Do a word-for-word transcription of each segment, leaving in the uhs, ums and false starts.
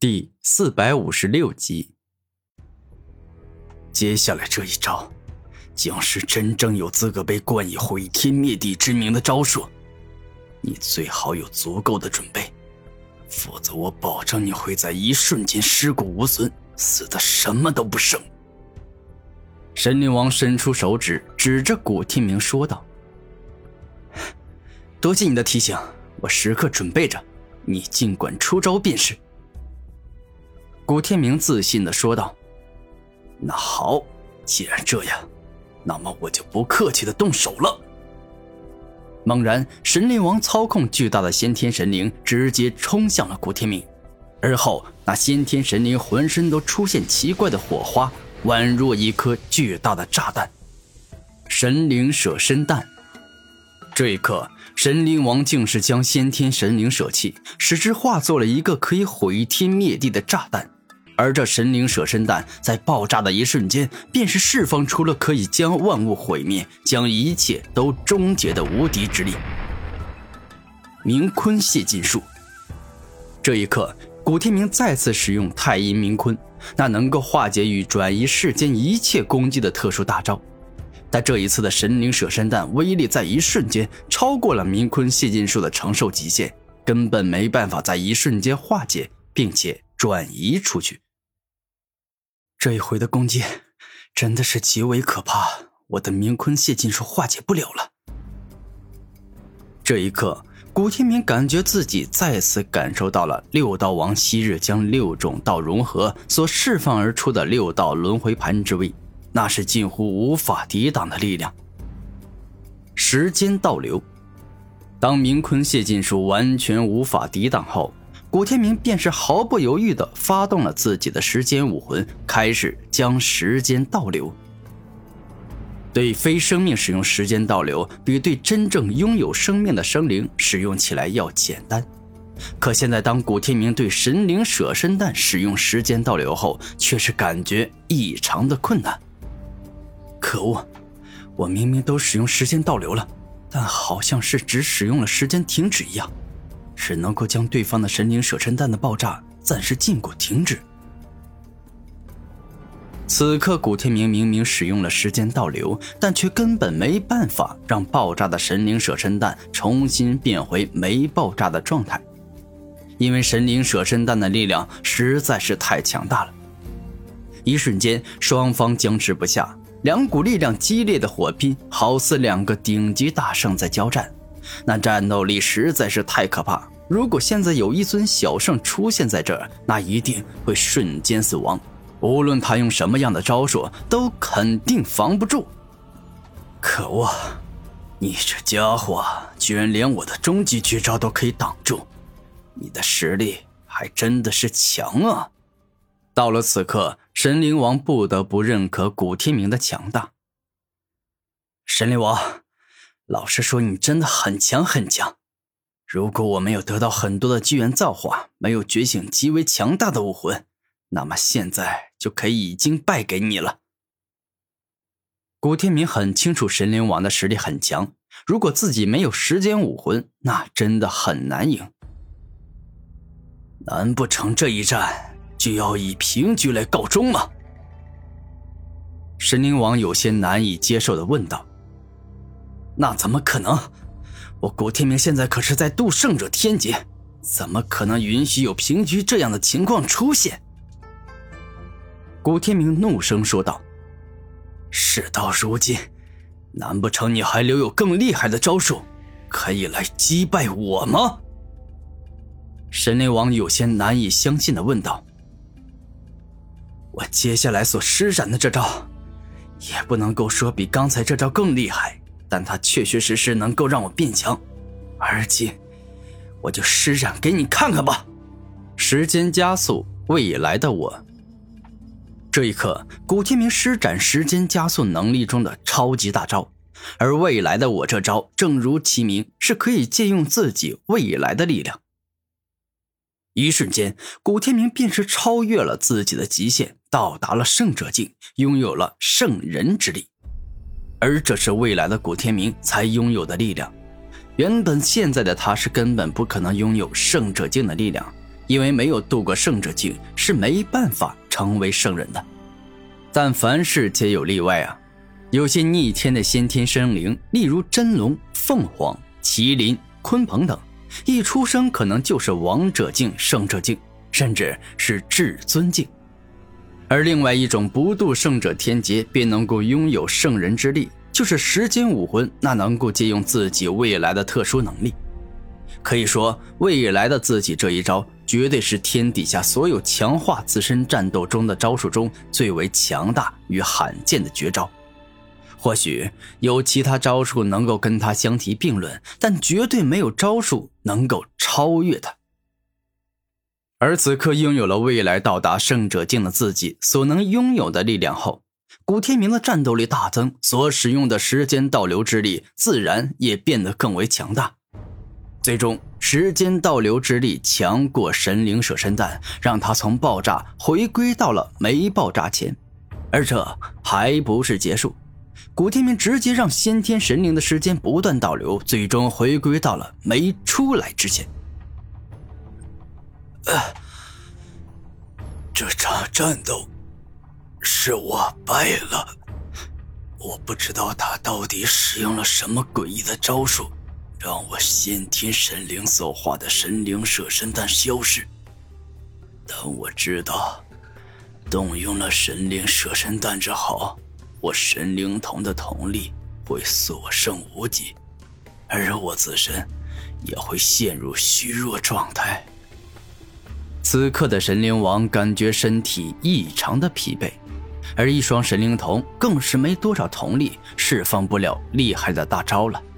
第四百五十六集。接下来这一招将是真正有资格被冠以毁天灭地之名的招数，你最好有足够的准备，否则我保证你会在一瞬间尸骨无存，死得什么都不剩。神灵王伸出手指指着古天明说道，多谢你的提醒，我时刻准备着，你尽管出招便是。古天明自信地说道，那好，既然这样，那么我就不客气地动手了。猛然，神灵王操控巨大的先天神灵直接冲向了古天明，而后那先天神灵浑身都出现奇怪的火花，宛若一颗巨大的炸弹。神灵舍身弹。这一刻，神灵王竟是将先天神灵舍弃，使之化作了一个可以毁天灭地的炸弹。而这神灵舍身弹在爆炸的一瞬间，便是释放出了可以将万物毁灭，将一切都终结的无敌之力。冥坤泄尽术。这一刻，古天明再次使用太阴冥坤，那能够化解与转移世间一切攻击的特殊大招。但这一次的神灵舍身弹威力在一瞬间超过了冥坤泄尽术的承受极限，根本没办法在一瞬间化解并且转移出去。这一回的攻击真的是极为可怕，我的冥坤泄尽术化解不了了。这一刻，古天明感觉自己再次感受到了六道王昔日将六种道融合所释放而出的六道轮回盘之威，那是近乎无法抵挡的力量。时间倒流。当冥坤泄尽术完全无法抵挡后，古天明便是毫不犹豫地发动了自己的时间武魂，开始将时间倒流。对非生命使用时间倒流，比对真正拥有生命的生灵使用起来要简单。可现在当古天明对神灵舍身弹使用时间倒流后，却是感觉异常的困难。可恶，我明明都使用时间倒流了，但好像是只使用了时间停止一样，只能够将对方的神灵舍身弹的爆炸暂时禁锢停止。此刻古天明明明使用了时间倒流，但却根本没办法让爆炸的神灵舍身弹重新变回没爆炸的状态，因为神灵舍身弹的力量实在是太强大了。一瞬间，双方僵持不下，两股力量激烈的火拼，好似两个顶级大圣在交战，那战斗力实在是太可怕。如果现在有一尊小圣出现在这儿，那一定会瞬间死亡，无论他用什么样的招数，都肯定防不住。可恶，你这家伙居然连我的终极绝招都可以挡住，你的实力还真的是强啊！到了此刻，神灵王不得不认可古天明的强大。神灵王，老实说，你真的很强很强。如果我没有得到很多的机缘造化，没有觉醒极为强大的武魂，那么现在就可以已经败给你了。古天明很清楚神灵王的实力很强，如果自己没有时间武魂，那真的很难赢。难不成这一战就要以平局来告终吗？神灵王有些难以接受地问道。那怎么可能？我古天明现在可是在渡圣者天劫，怎么可能允许有平局这样的情况出现？古天明怒声说道。事到如今，难不成你还留有更厉害的招数，可以来击败我吗？神灵王有些难以相信地问道。我接下来所施展的这招，也不能够说比刚才这招更厉害，但它确确实实能够让我变强，而今我就施展给你看看吧。时间加速，未来的我。这一刻，古天明施展时间加速能力中的超级大招，而未来的我这招正如其名，是可以借用自己未来的力量。一瞬间，古天明便是超越了自己的极限，到达了圣者境，拥有了圣人之力。而这是未来的古天明才拥有的力量，原本现在的他是根本不可能拥有圣者境的力量， 因为没有度过圣者境是没办法成为圣人的。但凡事皆有例外啊，有些逆天的先天生灵，例如真龙、凤凰、麒麟、鲲鹏等，一出生可能就是王者境、圣者境，甚至是至尊境。而另外一种不度圣者天劫便能够拥有圣人之力，就是时间武魂那能够借用自己未来的特殊能力。可以说，未来的自己这一招绝对是天底下所有强化自身战斗中的招数中最为强大与罕见的绝招。或许有其他招数能够跟他相提并论，但绝对没有招数能够超越他。而此刻拥有了未来到达圣者境的自己所能拥有的力量后，古天明的战斗力大增，所使用的时间倒流之力自然也变得更为强大。最终，时间倒流之力强过神灵舍身弹，让他从爆炸回归到了没爆炸前。而这还不是结束，古天明直接让先天神灵的时间不断倒流，最终回归到了没出来之前。 呃，这场战斗是我败了，我不知道他到底使用了什么诡异的招数，让我先天神灵所化的神灵舍身弹消失。但我知道，动用了神灵舍身弹之后，我神灵瞳的瞳力会所剩无几，而我自身也会陷入虚弱状态。 此刻的神灵王感觉身体异常的疲惫，而一双神灵瞳更是没多少瞳力，释放不了厉害的大招了。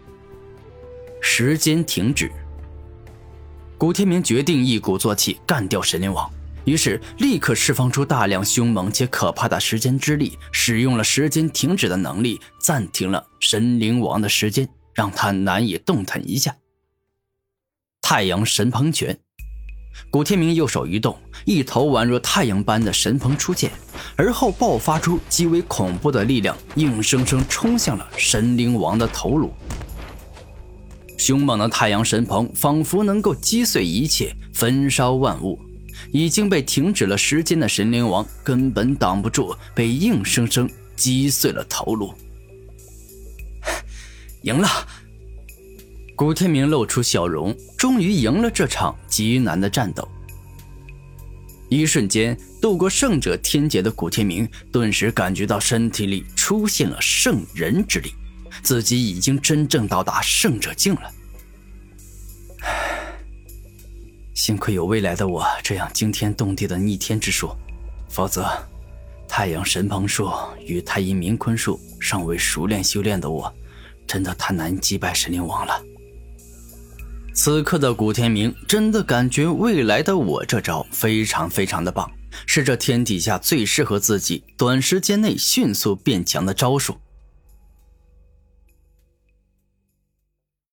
时间停止，古天明决定一鼓作气干掉神灵王，于是立刻释放出大量凶猛且可怕的时间之力，使用了时间停止的能力，暂停了神灵王的时间，让他难以动弹一下。太阳神鹏拳，古天明右手一动，一头宛若太阳般的神鹏出现，而后爆发出极为恐怖的力量，硬生生冲向了神灵王的头颅。凶猛的太阳神鹏仿佛能够击碎一切，焚烧万物。已经被停止了时间的神灵王根本挡不住，被硬生生击碎了头颅。赢了！古天明露出笑容，终于赢了这场极难的战斗。一瞬间，度过圣者天劫的古天明顿时感觉到身体里出现了圣人之力，自己已经真正到达圣者境了。幸亏有未来的我这样惊天动地的逆天之术，否则太阳神鹏术与太阴冥坤术尚未熟练修炼的我，真的太难击败神灵王了。此刻的古天明真的感觉未来的我这招非常非常的棒，是这天底下最适合自己短时间内迅速变强的招数。